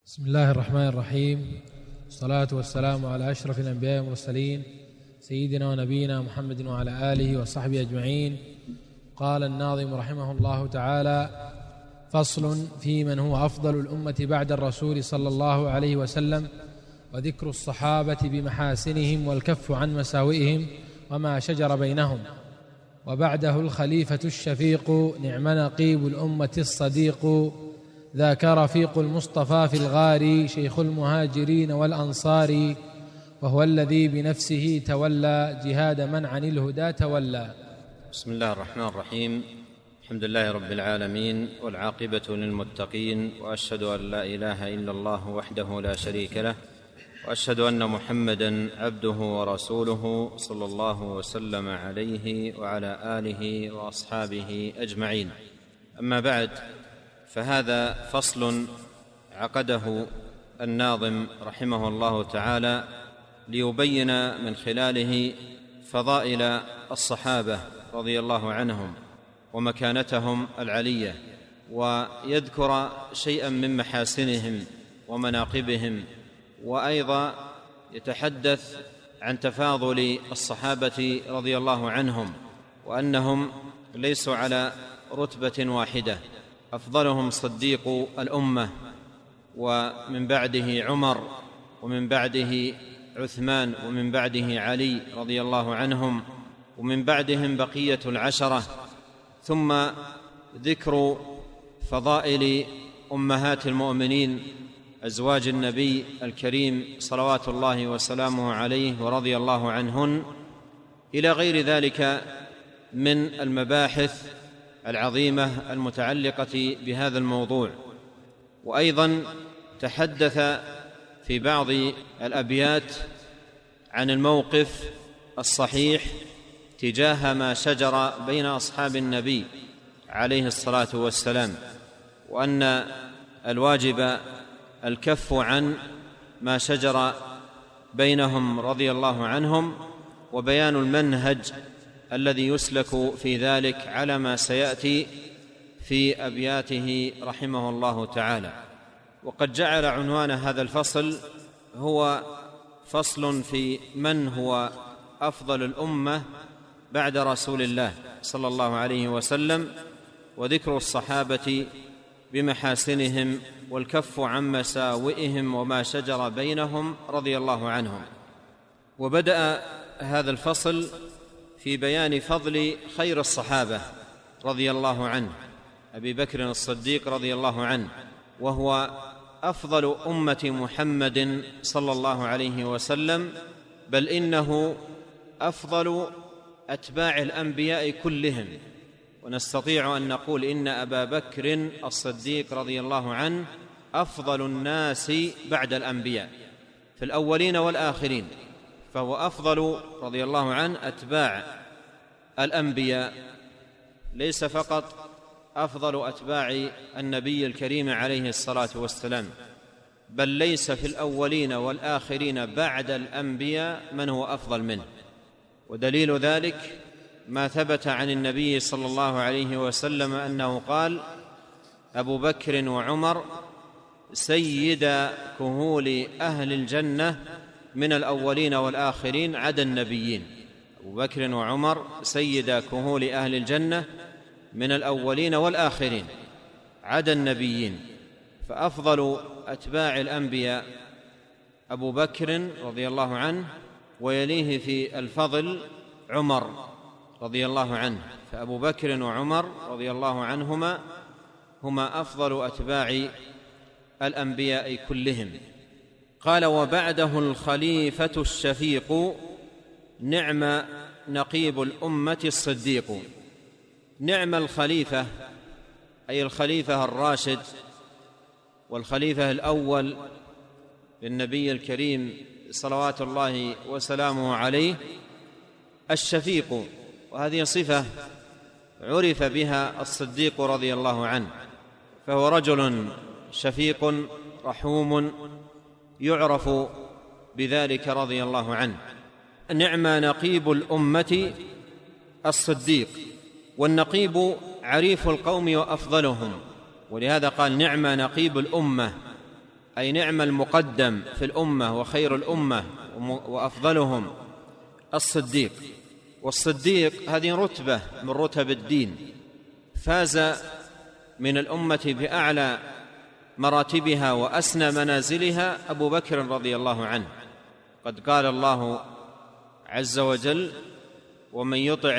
بسم الله الرحمن الرحيم، والصلاة والسلام على أشرف الأنبياء والمرسلين سيدنا ونبينا محمد وعلى آله وصحبه أجمعين. قال الناظم رحمه الله تعالى: فصل في من هو أفضل الأمة بعد الرسول صلى الله عليه وسلم، وذكر الصحابة بمحاسنهم والكف عن مساوئهم وما شجر بينهم. وبعده الخليفة الشفيق، نعم نقيب الأمة الصديق، ذاك رفيق المصطفى في الغار، شيخ المهاجرين والأنصار، وهو الذي بنفسه تولى جهاد من عن الهدى تولى. بسم الله الرحمن الرحيم. الحمد لله رب العالمين، والعاقبة للمتقين، وأشهد أن لا إله إلا الله وحده لا شريك له، وأشهد أن محمدًا عبده ورسوله صلى الله وسلم عليه وعلى آله وأصحابه أجمعين. أما بعد، فهذا فصل عقده الناظم رحمه الله تعالى ليبين من خلاله فضائل الصحابة رضي الله عنهم ومكانتهم العلية، ويذكر شيئا من محاسنهم ومناقبهم، وأيضا يتحدث عن تفاضل الصحابة رضي الله عنهم، وأنهم ليسوا على رتبة واحدة، أفضلهم صديق الأمة، ومن بعده عمر، ومن بعده عثمان، ومن بعده علي رضي الله عنهم، ومن بعدهم بقية العشرة. ثم ذكر فضائل أمهات المؤمنين أزواج النبي الكريم صلوات الله وسلامه عليه ورضي الله عنهن، إلى غير ذلك من المباحث العظيمة المتعلقة بهذا الموضوع. وأيضا تحدث في بعض الأبيات عن الموقف الصحيح تجاه ما شجر بين أصحاب النبي عليه الصلاة والسلام، وأن الواجب الكف عن ما شجر بينهم رضي الله عنهم، وبيان المنهج الذي يسلك في ذلك على ما سيأتي في أبياته رحمه الله تعالى. وقد جعل عنوان هذا الفصل هو فصل في من هو أفضل الأمة بعد رسول الله صلى الله عليه وسلم، وذكر الصحابة بمحاسنهم والكف عن مساوئهم وما شجر بينهم رضي الله عنهم. وبدأ هذا الفصل في بيان فضل خير الصحابة رضي الله عنه، أبي بكر الصديق رضي الله عنه، وهو أفضل أمة محمد صلى الله عليه وسلم، بل إنه أفضل أتباع الأنبياء كلهم. ونستطيع أن نقول إن أبا بكر الصديق رضي الله عنه أفضل الناس بعد الأنبياء في الأولين والآخرين، فهو أفضل رضي الله عنه أتباع الأنبياء، ليس فقط أفضل أتباع النبي الكريم عليه الصلاة والسلام، بل ليس في الأولين والآخرين بعد الأنبياء من هو أفضل منه. ودليل ذلك ما ثبت عن النبي صلى الله عليه وسلم أنه قال: أبو بكر وعمر سيدا كهول أهل الجنة من الأولين والآخرين عدا النبيين. أبو بكر وعمر سيدا كهول أهل الجنة من الأولين والآخرين عدا النبيين، فأفضل أتباع الأنبياء أبو بكر رضي الله عنه، ويليه في الفضل عمر رضي الله عنه، فأبو بكر وعمر رضي الله عنهما هما أفضل أتباع الأنبياء كلهم. قال: وبعده الخليفة الشفيق، نعم نقيب الأمة الصديق. نعم الخليفة أي الخليفة الراشد، والخليفة الأول للنبي الكريم صلوات الله وسلامه عليه، الشفيق، وهذه صفة عرف بها الصديق رضي الله عنه، فهو رجل شفيق رحوم يعرف بذلك رضي الله عنه. نعم نقيب الأمة الصديق، والنقيب عريف القوم وأفضلهم، ولهذا قال: نعم نقيب الأمة، أي نعم المقدم في الأمة وخير الأمة وأفضلهم الصديق. والصديق هذه رتبة من رتب الدين، فاز من الأمة بأعلى مراتبها وأسنى منازلها أبو بكر رضي الله عنه. قد قال الله عز وجل: ومن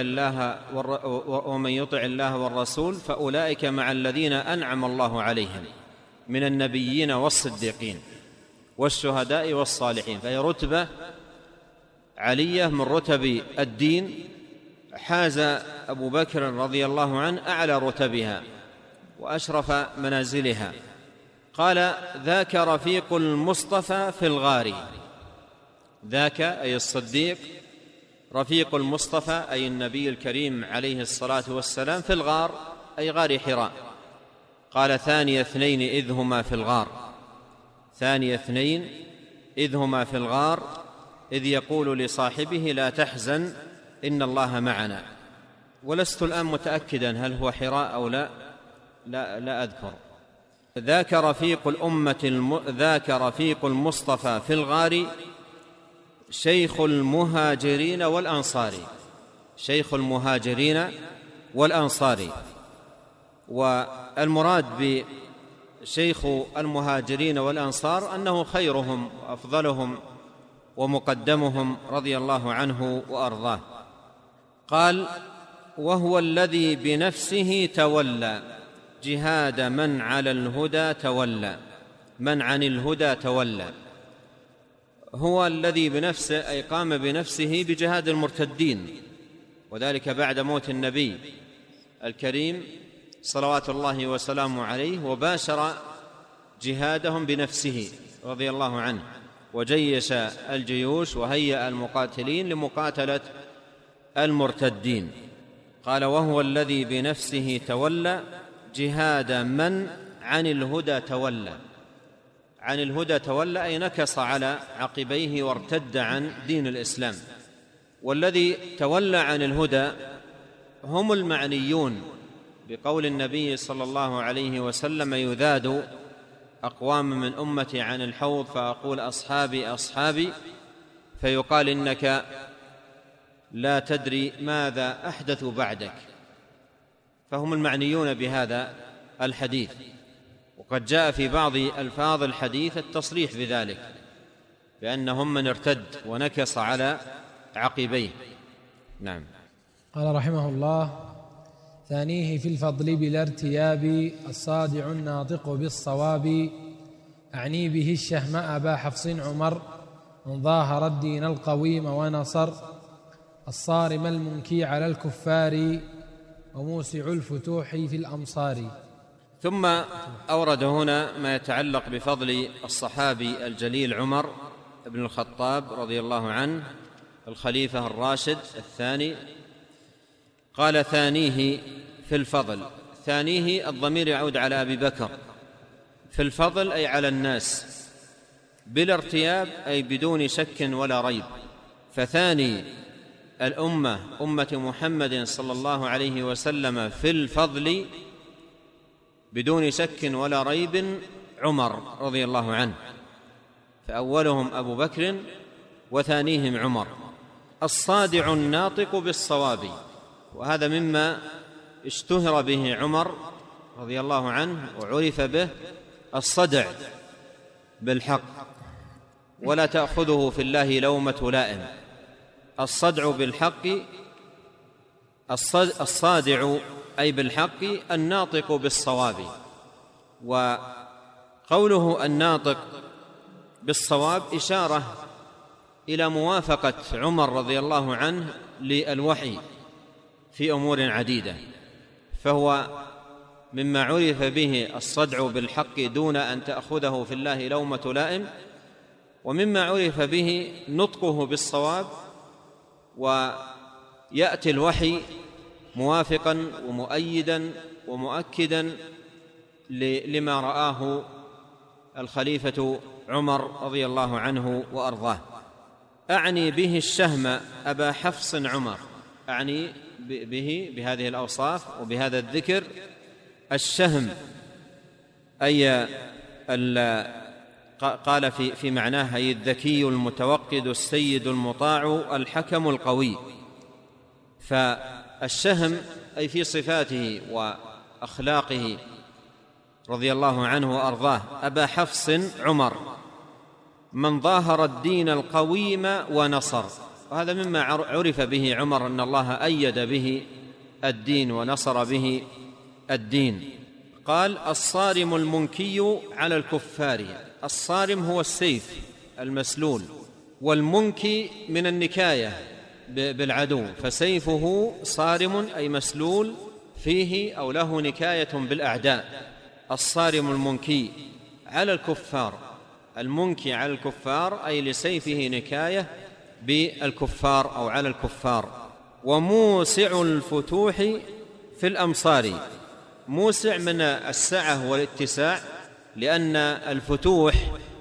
يطع الله والرسول فأولئك مع الذين أنعم الله عليهم من النبيين والصديقين والشهداء والصالحين. فهي رتبة علية من رتب الدين، حاز أبو بكر رضي الله عنه أعلى رتبها وأشرف منازلها. قال: ذاك رفيق المصطفى في الغار. ذاك أي الصديق، رفيق المصطفى أي النبي الكريم عليه الصلاة والسلام، في الغار أي غار حراء. قال: ثاني اثنين إذ هما في الغار. ثاني اثنين إذ هما في الغار إذ يقول لصاحبه لا تحزن إن الله معنا. ولست الآن متأكدا هل هو حراء أو لا أذكر. ذاك رفيق المصطفى في الغار شيخ المهاجرين والأنصار. شيخ المهاجرين والأنصار. والمراد بشيخ المهاجرين والأنصار أنه خيرهم وأفضلهم ومقدمهم رضي الله عنه وأرضاه. قال: وهو الذي بنفسه تولى جهاد من على الهدى تولى. من عن الهدى تولى هو الذي بنفسه أي قام بنفسه بجهاد المرتدين، وذلك بعد موت النبي الكريم صلوات الله وسلامه عليه، وباشر جهادهم بنفسه رضي الله عنه، وجيش الجيوش وهيأ المقاتلين لمقاتلة المرتدين. قال: وهو الذي بنفسه تولى جهاد من عن الهدى تولى. عن الهدى تولى أي نكص على عقبيه وارتد عن دين الإسلام. والذي تولى عن الهدى هم المعنيون بقول النبي صلى الله عليه وسلم: يذاد أقوام من أمتي عن الحوض فأقول أصحابي أصحابي، فيقال إنك لا تدري ماذا أحدثوا بعدك. فهم المعنيون بهذا الحديث. وقد جاء في بعض ألفاظ الحديث التصريح بذلك، بأنهم من ارتد ونكص على عقبيه. نعم. قال رحمه الله: ثانيه في الفضل بلا ارتياب الصادع الناطق بالصواب. أعني به الشهم أبا حفص عمر من ظاهر الدين القويم ونصر الصارم المنكي على الكفار وموسع الفتوح في الأمصار. ثم أورد هنا ما يتعلق بفضل الصحابي الجليل عمر بن الخطاب رضي الله عنه الخليفة الراشد الثاني. قال: ثانيه في الفضل. ثانيه الضمير يعود على أبي بكر، في الفضل أي على الناس، بلا ارتياب أي بدون شك ولا ريب. فثاني الأمة أمة محمد صلى الله عليه وسلم في الفضل بدون شك ولا ريب عمر رضي الله عنه، فأولهم أبو بكر وثانيهم عمر. الصادع الناطق بالصواب، وهذا مما اشتهر به عمر رضي الله عنه وعرف به، الصدع بالحق ولا تأخذه في الله لومة لائم. الصدع بالحق، الصادع أي بالحق، الناطق بالصواب. وقوله الناطق بالصواب إشارة إلى موافقة عمر رضي الله عنه للوحي في أمور عديدة، فهو مما عرف به الصدع بالحق دون أن تأخذه في الله لومة لائم، ومما عرف به نطقه بالصواب، ويأتي الوحي موافقا ومؤيدا ومؤكدا لما رآه الخليفة عمر رضي الله عنه وأرضاه. أعني به الشهم أبا حفص عمر، أعني به بهذه الأوصاف وبهذا الذكر الشهم، أي قال في معناه أي الذكي المتوقد السيد المطاع الحكم القوي. فالشهم أي في صفاته وأخلاقه رضي الله عنه وأرضاه أبا حفص عمر من ظاهر الدين القويم ونصر. وهذا مما عرف به عمر أن الله أيد به الدين ونصر به الدين. قال الصارم المنكي على الكفار. الصارم هو السيف المسلول، والمنكي من النكاية بالعدو، فسيفه صارم أي مسلول فيه أو له نكاية بالأعداء. الصارم المنكي على الكفار، المنكي على الكفار أي لسيفه نكاية بالكفار أو على الكفار. وموسع الفتوح في الأمصار. موسع من السعة والاتساع، لأن الفتوح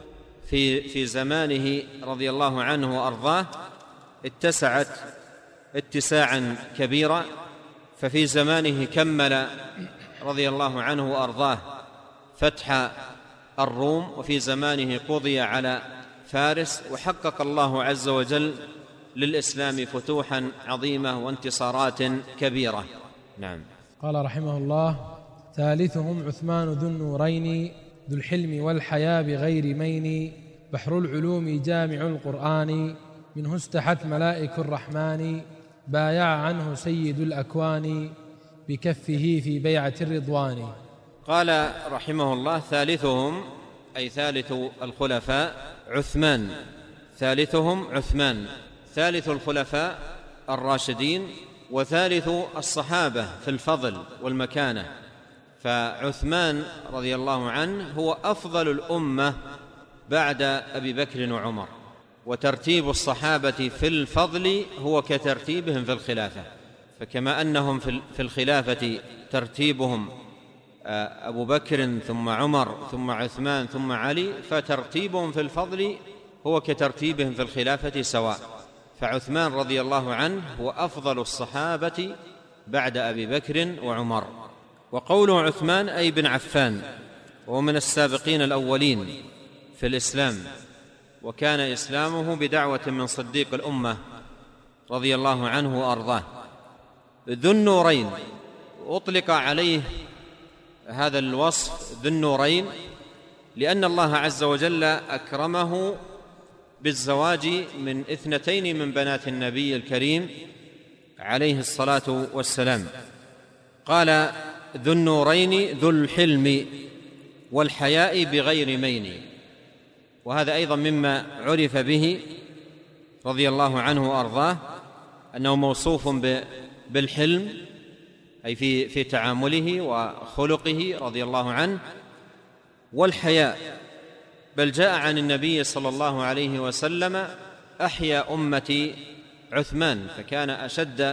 في زمانه رضي الله عنه وأرضاه اتسعت اتساعا كبيرا، ففي زمانه كمل رضي الله عنه وأرضاه فتح الروم، وفي زمانه قضي على فارس، وحقق الله عز وجل للإسلام فتوحا عظيمة وانتصارات كبيرة. نعم. قال رحمه الله: ثالثهم عثمان ذو النورين ذو الحلم والحياء بغير مين، بحر العلوم جامع القرآن، منه استحت ملائك الرحمن، بايع عنه سيد الأكوان، بكفه في بيعة الرضوان. قال رحمه الله: ثالثهم أي ثالث الخلفاء عثمان. ثالثهم عثمان، ثالث الخلفاء الراشدين، وثالث الصحابة في الفضل والمكانة. فعثمان رضي الله عنه هو أفضل الأمة بعد أبي بكر وعمر، وترتيب الصحابة في الفضل هو كترتيبهم في الخلافة. فكما أنهم في الخلافة ترتيبهم أبو بكر ثم عمر ثم عثمان ثم علي، فترتيبهم في الفضل هو كترتيبهم في الخلافة سواء. فعثمان رضي الله عنه هو أفضل الصحابة بعد أبي بكر وعمر. وقوله عثمان أي بن عفان، وهو من السابقين الأولين في الإسلام، وكان إسلامه بدعوة من صديق الأمة رضي الله عنه وأرضاه. ذو النورين، أطلق عليه هذا الوصف ذو النورين لأن الله عز وجل أكرمه بالزواج من 2 من بنات النبي الكريم عليه الصلاة والسلام. قال ذو النورين ذو الحلم والحياء بغير مين، وهذا أيضا مما عرف به رضي الله عنه وأرضاه، أنه موصوف بالحلم أي في تعامله وخلقه رضي الله عنه، والحياء. بل جاء عن النبي صلى الله عليه وسلم: أحيا أمتي عثمان، فكان أشد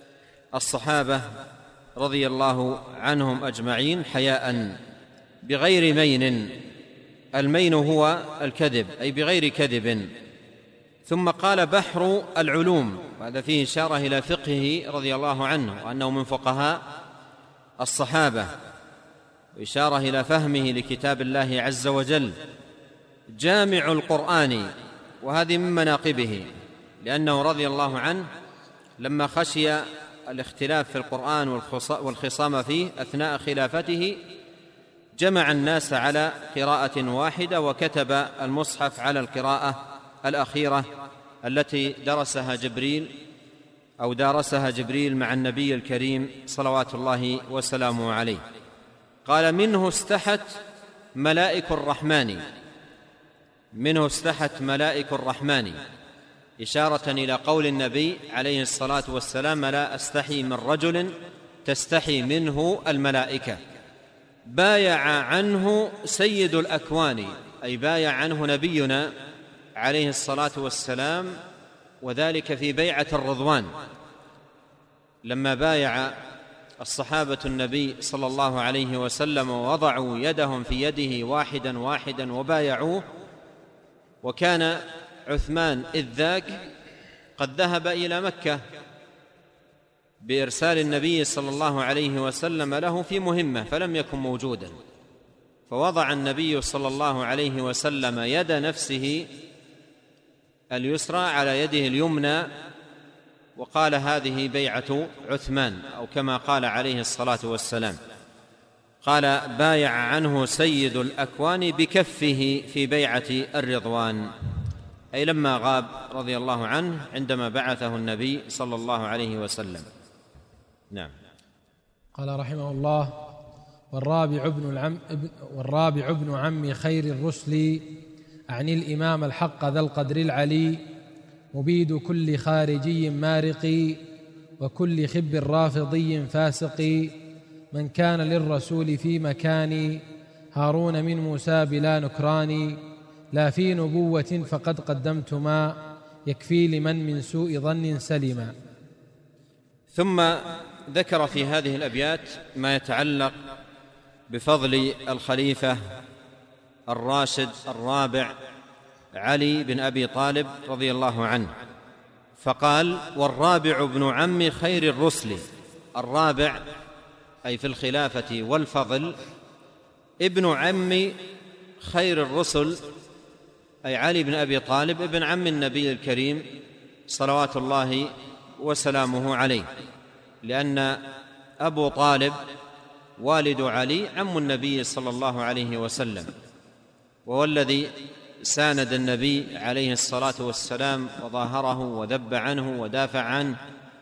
الصحابة رضي الله عنهم أجمعين حياء. بغير مين، المين هو الكذب أي بغير كذب. ثم قال بحر العلوم، وهذا فيه إشارة إلى فقهه رضي الله عنه وأنه من فقهاء الصحابة، وإشارة إلى فهمه لكتاب الله عز وجل. جامع القرآن، وهذه من مناقبه، لأنه رضي الله عنه لما خشي الاختلاف في القرآن والخصام فيه أثناء خلافته جمع الناس على قراءة واحدة، وكتب المصحف على القراءة الأخيرة التي درسها جبريل مع النبي الكريم صلوات الله وسلامه عليه. قال منه استحت ملائك الرحمن، منه استحت ملائك الرحمن، إشارة إلى قول النبي عليه الصلاة والسلام: لا أستحي من رجل تستحي منه الملائكة. بايع عنه سيد الأكوان، أي بايع عنه نبينا عليه الصلاة والسلام، وذلك في بيعة الرضوان، لما بايع الصحابة النبي صلى الله عليه وسلم ووضعوا يدهم في يده واحدا واحدا وبايعوه. وكان عثمان إذ ذاك قد ذهب إلى مكة بإرسال النبي صلى الله عليه وسلم له في مهمة، فلم يكن موجودا، فوضع النبي صلى الله عليه وسلم يد نفسه اليسرى على يده اليمنى، وقال هذه بيعة عثمان، أو كما قال عليه الصلاة والسلام، قال بايع عنه سيد الأكوان بكفه في بيعة الرضوان، أي لما غاب رضي الله عنه عندما بعثه النبي صلى الله عليه وسلم. نعم. قال رحمه الله: والرابع ابن عم خير الرسل، أعني الإمام الحق ذا القدر العلي، مبيد كل خارجي مارق، وكل خب رافضي فاسق، من كان للرسول في مكان، هارون من موسى بلا نكران، لا في نبوة فقد قدمت ما يكفي لمن من سوء ظن سلما. ثم ذكر في هذه الأبيات ما يتعلق بفضل الخليفة الراشد الرابع علي بن أبي طالب رضي الله عنه، فقال: والرابع ابن عم خير الرسل. الرابع أي في الخلافة والفضل ابن عم خير الرسل، أي علي بن أبي طالب ابن عم النبي الكريم صلوات الله وسلامه عليه، لأن أبو طالب والد علي عم النبي صلى الله عليه وسلم، وهو الذي ساند النبي عليه الصلاة والسلام وظاهره وذب عنه ودافع عنه،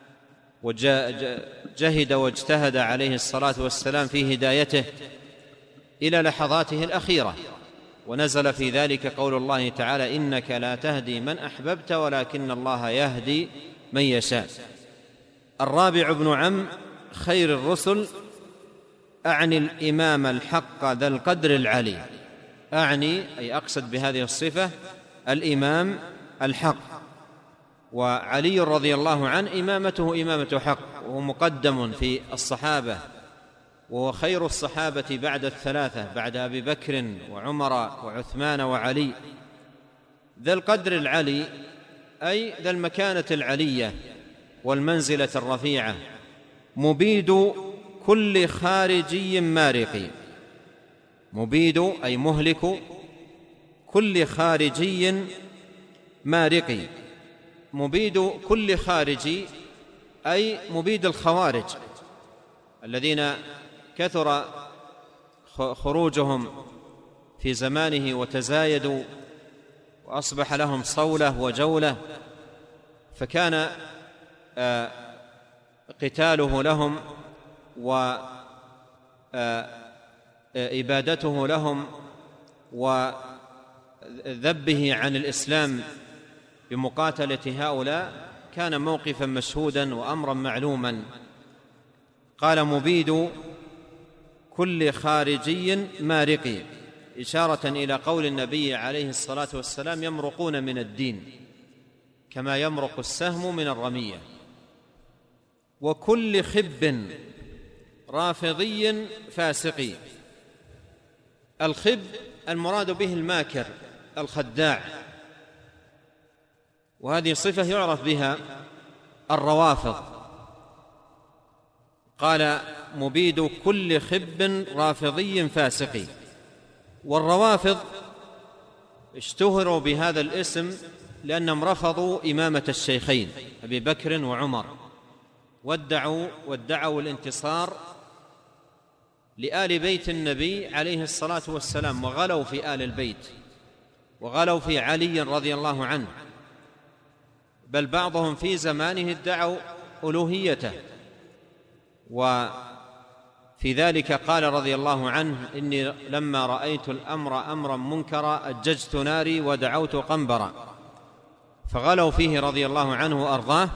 وجهد واجتهد عليه الصلاة والسلام في هدايته إلى لحظاته الأخيرة. ونزل في ذلك قول الله تعالى: إنك لا تهدي من أحببت ولكن الله يهدي من يشاء. الرابع ابن عم خير الرسل، أعني الإمام الحق ذا القدر العلي، أعني أي أقصد بهذه الصفة الإمام الحق. وعلي رضي الله عنه إمامته إمامة حق، وهو مقدم في الصحابة، وهو خير الصحابة بعد الثلاثة، بعد أبي بكر وعمر وعثمان وعلي. ذا القدر العلي أي ذا المكانة العلية والمنزلة الرفيعة، مبيد كل خارجي مارق. مبيد أي مهلك كل خارجي مارق. مبيد كل خارجي أي مبيد الخوارج الذين كثر خروجهم في زمانه وتزايدوا وأصبح لهم صولة وجولة، فكان قتاله لهم وإبادته لهم وذبه عن الإسلام بمقاتلة هؤلاء كان موقفا مشهودا وأمرا معلوما. قال: مبيد كل خارجي مارق، إشارة إلى قول النبي عليه الصلاة والسلام: يمرقون من الدين كما يمرق السهم من الرمية. وكل خب رافضي فاسق. الخب المراد به الماكر الخداع، وهذه صفة يعرف بها الروافض. قال: مبيد كل خب رافضي فاسق. والروافض اشتهروا بهذا الاسم لأنهم رفضوا إمامة الشيخين أبي بكر وعمر، وادعوا الانتصار لآل بيت النبي عليه الصلاة والسلام، وغلوا في آل البيت وغلوا في علي رضي الله عنه، بل بعضهم في زمانه ادعوا ألوهيته. وفي ذلك قال رضي الله عنه: إني لما رأيت الأمر أمرا منكرا أججت ناري ودعوت قنبرا. فغلوا فيه رضي الله عنه وأرضاه،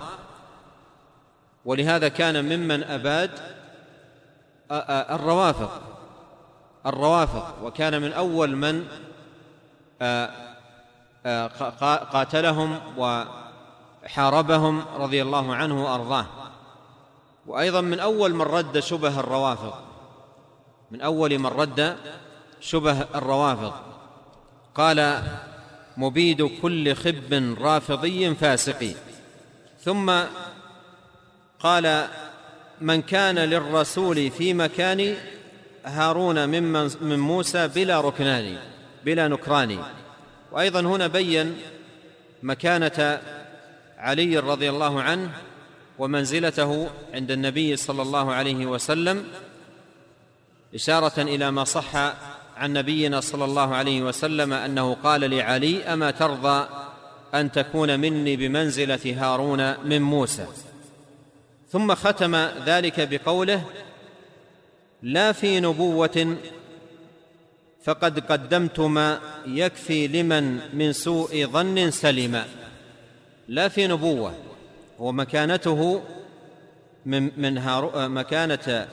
ولهذا كان ممن أباد الروافض، وكان من أول من قاتلهم وحاربهم رضي الله عنه وأرضاه، وأيضا من أول من رد شبه الروافض، من أول من رد شبه الروافض. قال: مبيد كل خب رافضي فاسق. ثم قال: من كان للرسول في مكان هارون من موسى بلا نكران. وأيضا هنا بين مكانة علي رضي الله عنه ومنزلته عند النبي صلى الله عليه وسلم، إشارة إلى ما صح عن نبينا صلى الله عليه وسلم أنه قال لعلي: أما ترضى أن تكون مني بمنزلة هارون من موسى؟ ثم ختم ذلك بقوله: لا في نبوة فقد قدمت ما يكفي لمن من سوء ظن سلم. لا في نبوة، ومكانته مكانة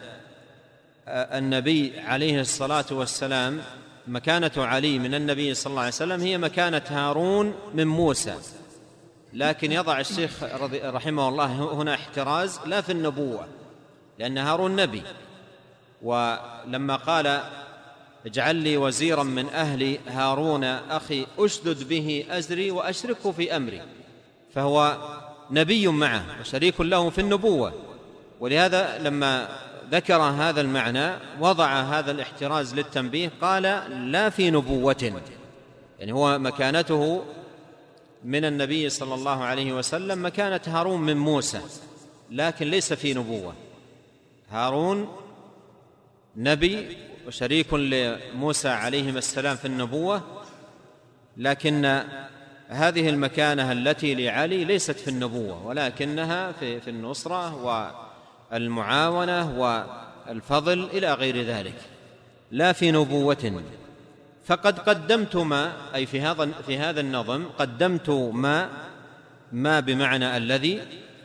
النبي عليه الصلاة والسلام، مكانة علي من النبي صلى الله عليه وسلم هي مكانة هارون من موسى. لكن يضع الشيخ رحمه الله هنا احتراز: لا في النبوة، لأن هارون نبي. ولما قال: اجعل لي وزيرا من أهل هارون أخي أشدد به أزري وأشركه في أمري، فهو نبي معه وشريك له في النبوة. ولهذا لما ذكر هذا المعنى وضع هذا الاحتراز للتنبيه، قال: لا في نبوة، يعني هو مكانته من النبي صلى الله عليه وسلم مكانة هارون من موسى، لكن ليس في نبوة. هارون نبي وشريك لموسى عليهما السلام في النبوة، لكن هذه المكانة التي لعلي ليست في النبوة، ولكنها في النصرة والمعاونة والفضل إلى غير ذلك. لا في نبوة فقد قدمت ما، أي في هذا النظم قدمت ما بمعنى الذي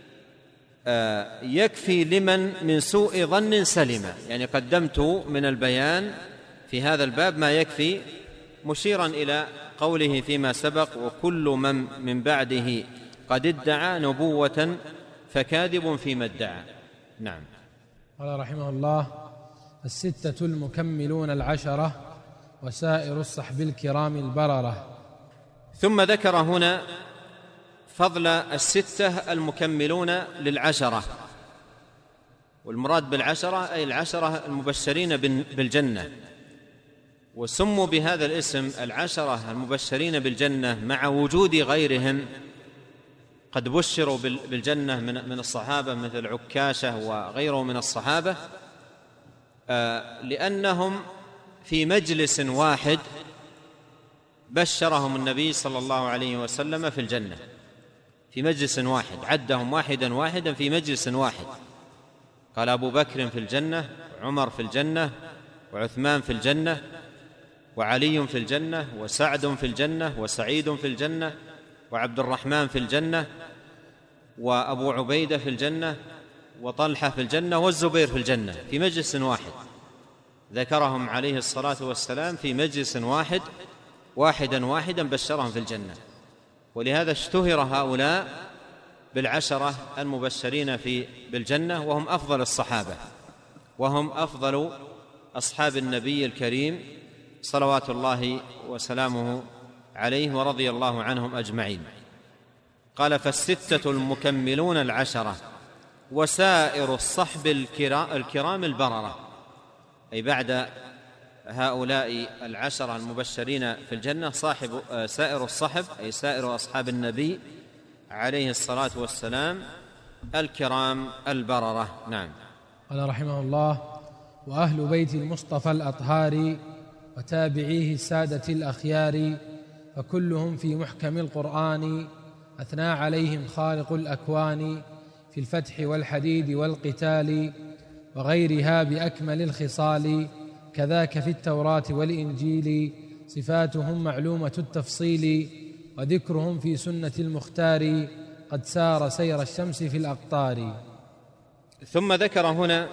يكفي لمن من سوء ظن سلم، يعني قدمت من البيان في هذا الباب ما يكفي، مشيرا إلى قوله فيما سبق: وكل من بعده قد ادعى نبوة فكاذب فيما ادعى. نعم. قال رحمه الله: الستة المكملون العشرة وسائر الصحب الكرام البررة. ثم ذكر هنا فضل الستة المكملون للعشرة، والمراد بالعشرة أي العشرة المبشرين بالجنة، وسموا بهذا الاسم العشرة المبشرين بالجنة مع وجود غيرهم قد بشروا بالجنة من الصحابة مثل عكاشة وغيره من الصحابة، لأنهم في مجلس واحد بشرهم النبي صلى الله عليه وسلم في الجنة، في مجلس واحد عدهم واحدا في مجلس واحد. قال: أبو بكر في الجنة، وعمر في الجنة، وعثمان في الجنة، وعلي في الجنة، وسعد في الجنة، وسعيد في الجنة، وعبد الرحمن في الجنة، وأبو عبيدة في الجنة، وطلحة في الجنة، والزبير في الجنة، في مجلس واحد. ذكرهم عليه الصلاة والسلام في مجلس واحدا بشرهم في الجنة. ولهذا اشتهر هؤلاء بالعشرة المبشرين بالجنة، وهم أفضل الصحابة، وهم أفضل أصحاب النبي الكريم صلوات الله وسلامه عليه، ورضي الله عنهم أجمعين. قال: فالستة المكملون العشرة وسائر الصحب الكرام البررة، أي بعد هؤلاء العشرة المبشرين في الجنة سائر الصحب، أي سائر أصحاب النبي عليه الصلاة والسلام الكرام البررة. نعم. قال رحمه الله: وأهل بيت المصطفى الأطهار وتابعيه السادة الأخيار، فكلهم في محكم القرآن أثنى عليهم خالق الأكوان، في الفتح والحديد والقتال وغيرها بأكمل الخصال، كذاك في التوراة والإنجيل صفاتهم معلومة التفصيل، وذكرهم في سنة المختار قد سار سير الشمس في الأقطار. ثم ذكر هنا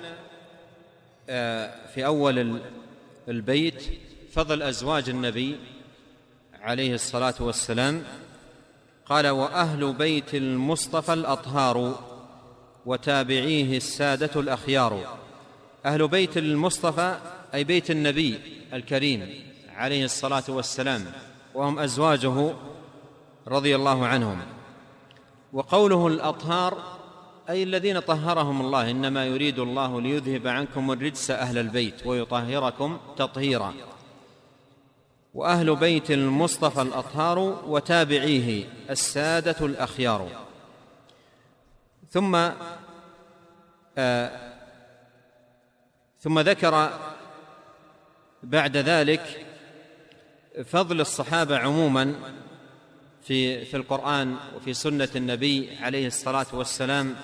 في أول البيت فضل أزواج النبي عليه الصلاة والسلام. قال: وأهل بيت المصطفى الأطهار وتابعيه السادة الأخيار. أهل بيت المصطفى أي بيت النبي الكريم عليه الصلاة والسلام، وهم أزواجه رضي الله عنهم. وقوله الأطهار أي الذين طهرهم الله، إنما يريد الله ليذهب عنكم الرجس أهل البيت ويطهركم تطهيرا. وأهل بيت المصطفى الأطهار وتابعيه السادة الأخيار. ثم ذكر بعد ذلك فضل الصحابة عموما في القرآن وفي سنة النبي عليه الصلاة والسلام،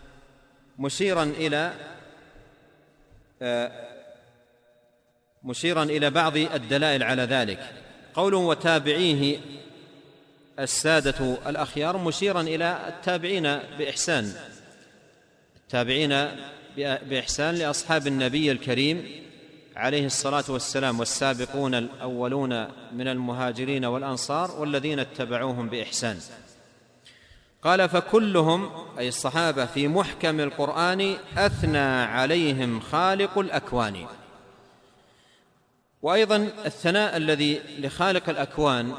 مشيرا إلى بعض الدلائل على ذلك. قوله وتابعيه السادة الأخيار مشيرا إلى التابعين بإحسان لأصحاب النبي الكريم عليه الصلاة والسلام، والسابقون الأولون من المهاجرين والأنصار والذين اتبعوهم بإحسان. قال فكلهم أي الصحابة في محكم القرآن أثنى عليهم خالق الأكوان. وأيضا الثناء الذي لخالق الأكوان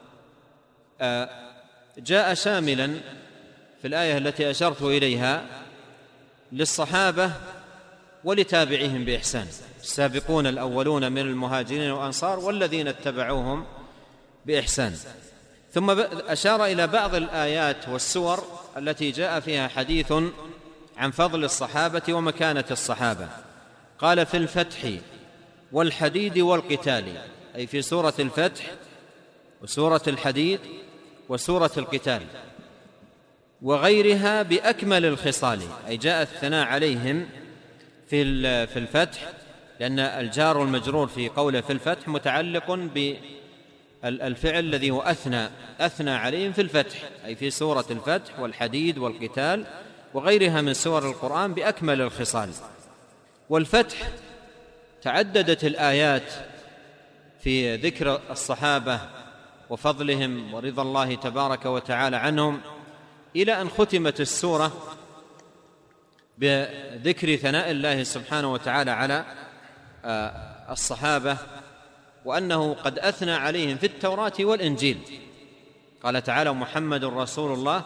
جاء شاملا في الآية التي أشرت إليها للصحابة ولتابعهم بإحسان، السابقون الأولون من المهاجرين والأنصار والذين اتبعوهم بإحسان. ثم أشار إلى بعض الآيات والسور التي جاء فيها حديث عن فضل الصحابة ومكانة الصحابة. قال في الفتح والحديد والقتال، أي في سورة الفتح وسورة الحديد وسورة القتال وغيرها بأكمل الخصال، أي جاء الثناء عليهم في الفتح، لأن الجار والمجرور في قوله في الفتح متعلق بالفعل الذي هو أثنى عليهم في الفتح، أي في سورة الفتح والحديد والقتال وغيرها من سور القرآن بأكمل الخصال. والفتح تعددت الآيات في ذكر الصحابة وفضلهم ورضا الله تبارك وتعالى عنهم، إلى أن ختمت السورة بذكر ثناء الله سبحانه وتعالى على الصحابة، وأنه قد أثنى عليهم في التوراة والإنجيل. قال تعالى محمد رسول الله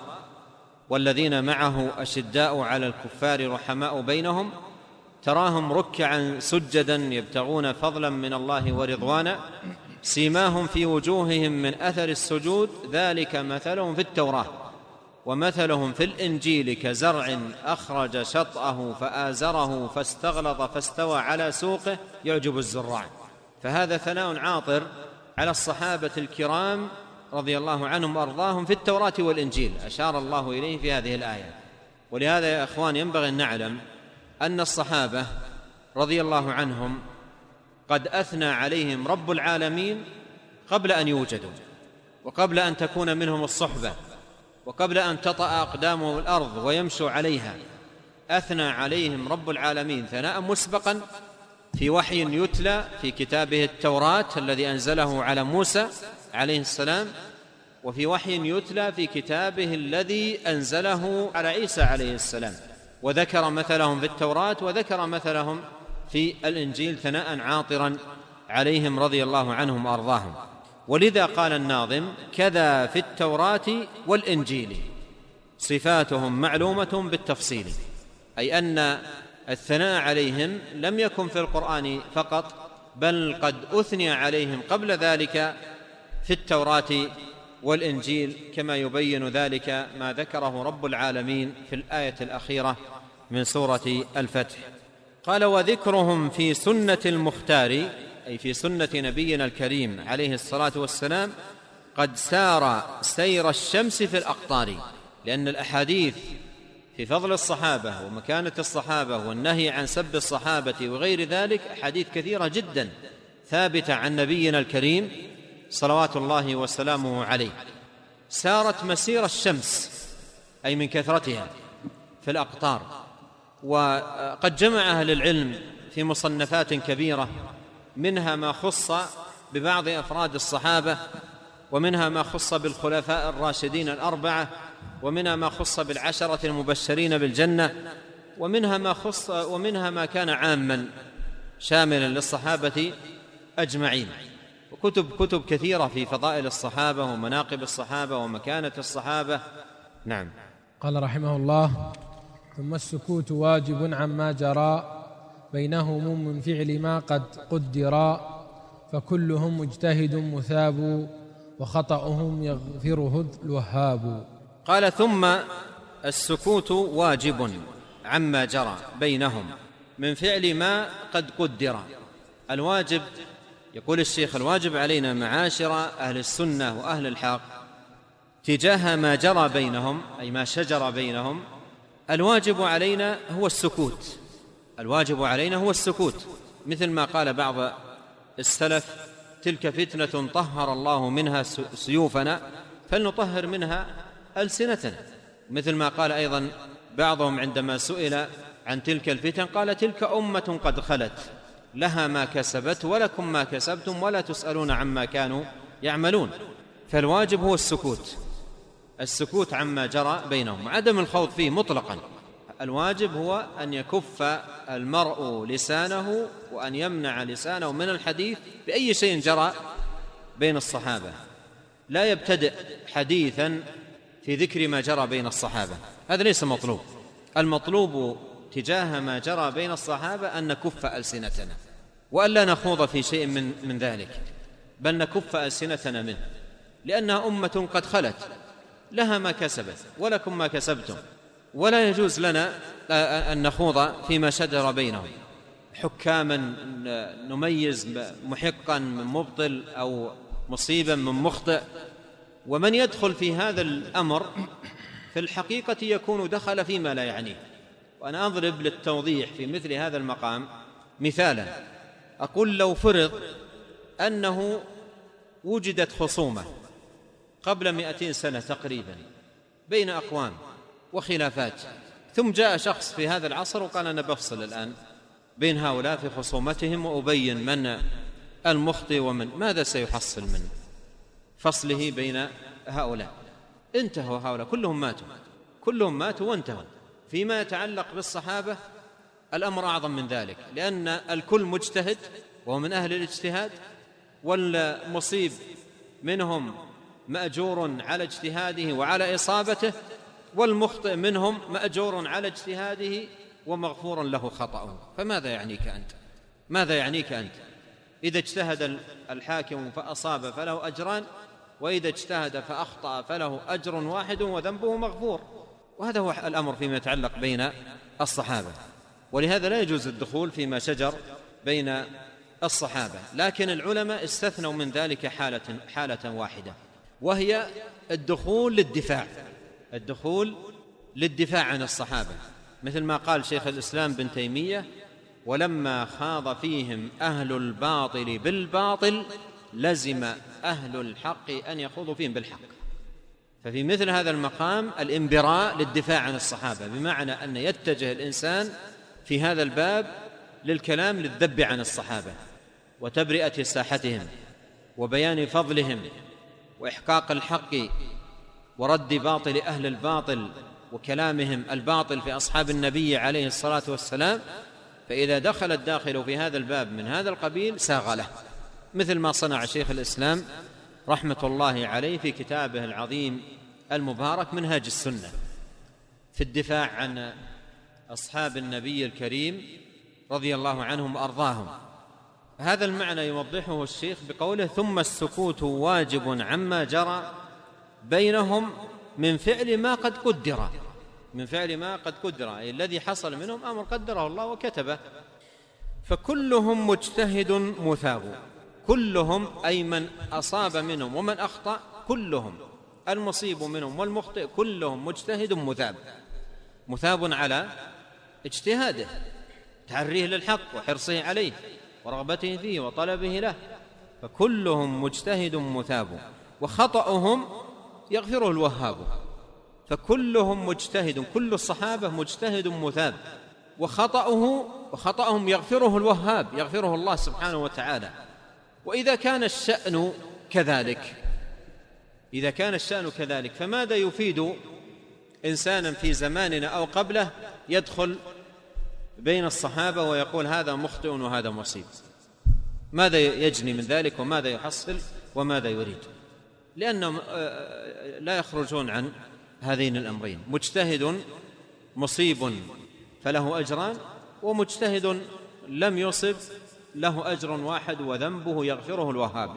والذين معه أشداء على الكفار رحماء بينهم تراهم ركعا سجدا يبتغون فضلا من الله ورضوانا سيماهم في وجوههم من أثر السجود ذلك مثلهم في التوراة ومثلهم في الإنجيل كزرع أخرج شطأه فآزره فاستغلظ فاستوى على سوقه يعجب الزراع. فهذا ثناء عاطر على الصحابة الكرام رضي الله عنهم وأرضاهم في التوراة والإنجيل أشار الله إليه في هذه الآية. ولهذا يا أخوان ينبغي أن نعلم أن الصحابة رضي الله عنهم قد أثنى عليهم رب العالمين قبل أن يوجدوا، وقبل أن تكون منهم الصحبة، وقبل أن تطأ أقدامهم الأرض ويمشوا عليها. أثنى عليهم رب العالمين ثناء مسبقا في وحي يتلى في كتابه التوراة الذي أنزله على موسى عليه السلام، وفي وحي يتلى في كتابه الذي أنزله على عيسى عليه السلام، وذكر مثلهم في التوراة وذكر مثلهم في الإنجيل ثناء عاطرا عليهم رضي الله عنهم وأرضاهم. ولذا قال الناظم كذا في التوراة والإنجيل صفاتهم معلومة بالتفصيل، أي أن الثناء عليهم لم يكن في القرآن فقط، بل قد أثني عليهم قبل ذلك في التوراة والإنجيل، كما يبين ذلك ما ذكره رب العالمين في الآية الأخيرة من سورة الفتح. قال وذكرهم في سنة المختار، أي في سنة نبينا الكريم عليه الصلاة والسلام، قد سار سير الشمس في الأقطار، لأن الأحاديث في فضل الصحابة ومكانة الصحابة والنهي عن سب الصحابة وغير ذلك أحاديث كثيرة جدا ثابتة عن نبينا الكريم صلوات الله وسلامه عليه، سارت مسير الشمس أي من كثرتها في الأقطار. وقد جمع أهل العلم في مصنفات كبيرة، منها ما خص ببعض أفراد الصحابة، ومنها ما خص بالخلفاء الراشدين الأربعة، ومنها ما خص بالعشرة المبشرين بالجنة، ومنها ما كان عاما شاملا للصحابة أجمعين، وكتب كثيرة في فضائل الصحابة ومناقب الصحابة ومكانة الصحابة. نعم. قال رحمه الله ثم السكوت واجب عما جرى بينهم من فعل ما قد قدرا فكلهم مجتهد مثاب وخطأهم يغفره الوهاب. قال ثم السكوت واجب عما جرى بينهم من فعل ما قد قدر. الواجب، يقول الشيخ، الواجب علينا معاشر أهل السنة وأهل الحق تجاه ما جرى بينهم، أي ما شجر بينهم، الواجب علينا هو السكوت. الواجب علينا هو السكوت، مثل ما قال بعض السلف: تلك فتنة طهر الله منها سيوفنا فلنطهر منها ألسنتنا. مثل ما قال أيضا بعضهم عندما سئل عن تلك الفتن قال: تلك أمة قد خلت لها ما كسبت ولكم ما كسبتم ولا تسألون عما كانوا يعملون. فالواجب هو السكوت عما جرى بينهم وعدم الخوض فيه مطلقا. الواجب هو أن يكف المرء لسانه وأن يمنع لسانه من الحديث بأي شيء جرى بين الصحابة، لا يبتدئ حديثا في ذكر ما جرى بين الصحابة، هذا ليس مطلوب. المطلوب تجاه ما جرى بين الصحابة أن نكف ألسنتنا وأن لا نخوض في شيء من ذلك، بل نكف ألسنتنا منه، لأنها أمة قد خلت لها ما كسبت ولكم ما كسبتم، ولا يجوز لنا أن نخوض فيما شجر بينهم حكاما نميز محقا من مبطل أو مصيبا من مخطئ. ومن يدخل في هذا الأمر في الحقيقة يكون دخل فيما لا يعنيه. وأنا أضرب للتوضيح في مثل هذا المقام مثالا، أقول: لو فرض أنه وجدت خصومة قبل 200 سنة تقريبا بين أقوام وخلافات، ثم جاء شخص في هذا العصر وقال: أنا بفصل الآن بين هؤلاء في خصومتهم وأبين من المخطئ ومن، ماذا سيحصل من فصله بين هؤلاء؟ انتهوا هؤلاء كلهم ماتوا وانتهوا. فيما يتعلق بالصحابة الأمر أعظم من ذلك، لأن الكل مجتهد وهو من أهل الاجتهاد، والمصيب منهم مأجور على اجتهاده وعلى إصابته، والمخطئ منهم مأجور على اجتهاده ومغفور له خطأه. فماذا يعنيك أنت؟ إذا اجتهد الحاكم فأصاب فله أجران، وإذا اجتهد فأخطأ فله أجر واحد وذنبه مغفور. وهذا هو الأمر فيما يتعلق بين الصحابة، ولهذا لا يجوز الدخول فيما شجر بين الصحابة. لكن العلماء استثنوا من ذلك حالة واحدة، وهي الدخول للدفاع عن الصحابة، مثل ما قال شيخ الإسلام بن تيمية: ولما خاض فيهم أهل الباطل بالباطل لزم أهل الحق أن يخوضوا فيهم بالحق. ففي مثل هذا المقام الانبراء للدفاع عن الصحابة، بمعنى أن يتجه الإنسان في هذا الباب للكلام للذب عن الصحابة وتبرئة ساحتهم وبيان فضلهم وإحقاق الحق ورد باطل أهل الباطل وكلامهم الباطل في أصحاب النبي عليه الصلاة والسلام. فإذا دخل الداخل في هذا الباب من هذا القبيل ساغ له، مثل ما صنع شيخ الإسلام رحمة الله عليه في كتابه العظيم المبارك منهاج السنة في الدفاع عن أصحاب النبي الكريم رضي الله عنهم وأرضاهم. هذا المعنى يوضحه الشيخ بقوله: ثم السكوت واجب عما جرى بينهم من فعل ما قد قدر، أي الذي حصل منهم أمر قدره الله وكتبه. فكلهم مجتهد مثاب، كلهم أي من أصاب منهم ومن أخطأ، كلهم المصيب منهم والمخطئ كلهم مجتهد مثاب على اجتهاده، تعريه للحق وحرصه عليه ورغبته فيه وطلبه له. فكلهم مجتهد مثاب وخطأهم يغفره الوهاب. فكلهم مجتهد، كل الصحابة مجتهد مثاب، وخطأهم يغفره الوهاب، يغفره الله سبحانه وتعالى. وإذا كان الشأن كذلك فماذا يفيد إنسانا في زماننا أو قبله يدخل بين الصحابة ويقول هذا مخطئ وهذا مصيب؟ ماذا يجني من ذلك وماذا يحصل وماذا يريد؟ لأنهم لا يخرجون عن هذين الأمرين: مجتهد مصيب فله أجران، ومجتهد لم يصب له أجر واحد وذنبه يغفره الوهاب،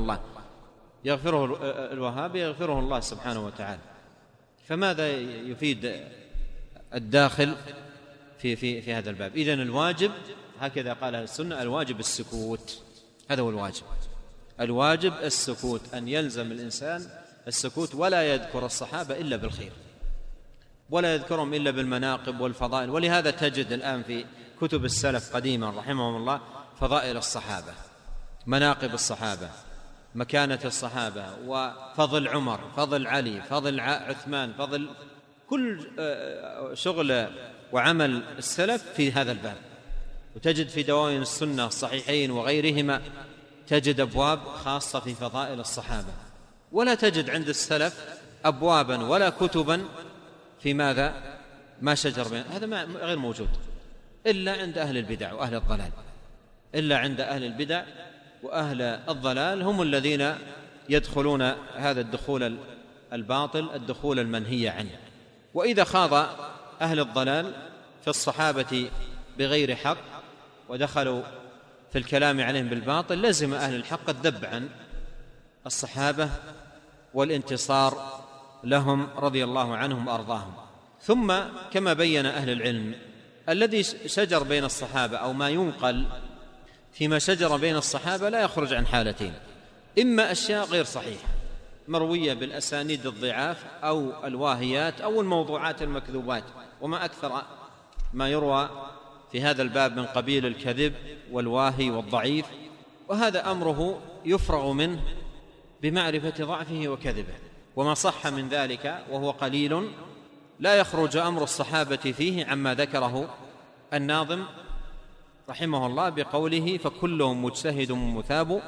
يغفره الله سبحانه وتعالى. فماذا يفيد الداخل في هذا الباب؟ إذن الواجب هكذا قال أهل السنة: الواجب السكوت. هذا هو الواجب السكوت، أن يلزم الإنسان السكوت، ولا يذكر الصحابة إلا بالخير، ولا يذكرهم إلا بالمناقب والفضائل. ولهذا تجد الآن في كتب السلف قديما رحمهم الله فضائل الصحابة، مناقب الصحابة، مكانة الصحابة، وفضل عمر، فضل علي، فضل عثمان، فضل كل شغل وعمل السلف في هذا الباب. وتجد في دواوين السنة الصحيحين وغيرهما تجد أبواب خاصة في فضائل الصحابة، ولا تجد عند السلف أبوابا ولا كتبا في ماذا؟ ما شجر بين هذا غير موجود إلا عند أهل البدع وأهل الضلال، إلا عند أهل البدع وأهل الضلال، هم الذين يدخلون هذا الدخول الباطل، الدخول المنهي عنه. وإذا خاض أهل الضلال في الصحابة بغير حق ودخلوا في الكلام عليهم بالباطل، لزم أهل الحق الذب عن الصحابة والانتصار لهم رضي الله عنهم وأرضاهم. ثم كما بين أهل العلم، الذي شجر بين الصحابة أو ما ينقل فيما شجر بين الصحابة لا يخرج عن حالتين: إما أشياء غير صحيحة مروية بالأسانيد الضعاف أو الواهيات أو الموضوعات المكذوبات، وما أكثر ما يروى في هذا الباب من قبيل الكذب والواهي والضعيف، وهذا أمره يفرغ منه بمعرفة ضعفه وكذبه. وما صح من ذلك وهو قليل لا يخرج أمر الصحابة فيه عما ذكره الناظم رحمه الله بقوله: فكلهم مجتهد مثاب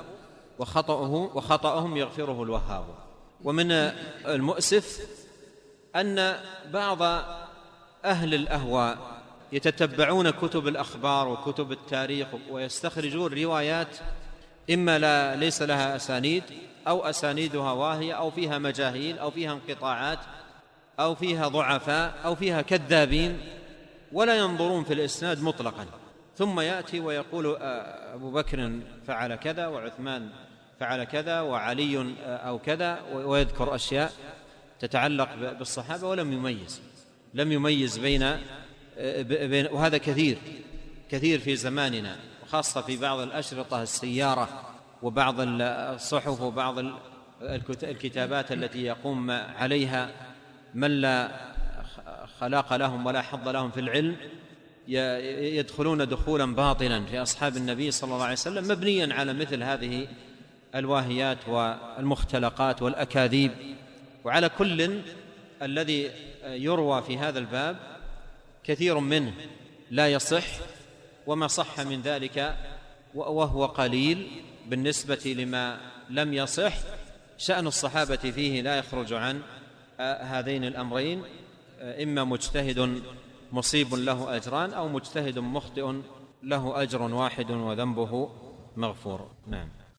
وخطأهم يغفره الوهاب. ومن المؤسف أن بعض أهل الأهواء يتتبعون كتب الأخبار وكتب التاريخ ويستخرجون روايات إما ليس لها أسانيد أو أسانيدها واهية أو فيها مجاهيل أو فيها انقطاعات أو فيها ضعفاء أو فيها كذابين، ولا ينظرون في الإسناد مطلقا، ثم يأتي ويقول أبو بكر فعل كذا وعثمان فعل كذا وعلي أو كذا، ويذكر أشياء تتعلق بالصحابة لم يميز بين وهذا كثير في زماننا، وخاصة في بعض الأشرطة السيارة وبعض الصحف وبعض الكتابات التي يقوم عليها من لا خلاق لهم ولا حظ لهم في العلم، يدخلون دخولا باطلا في أصحاب النبي صلى الله عليه وسلم مبنيا على مثل هذه الواهيات والمختلقات والأكاذيب. وعلى كل الذي يروى في هذا الباب كثير منه لا يصح، وما صح من ذلك وهو قليل بالنسبة لما لم يصح، شأن الصحابة فيه لا يخرج عن هذين الأمرين: إما مجتهد مصيب له أجران، أو مجتهد مخطئ له أجر واحد وذنبه مغفور. نعم.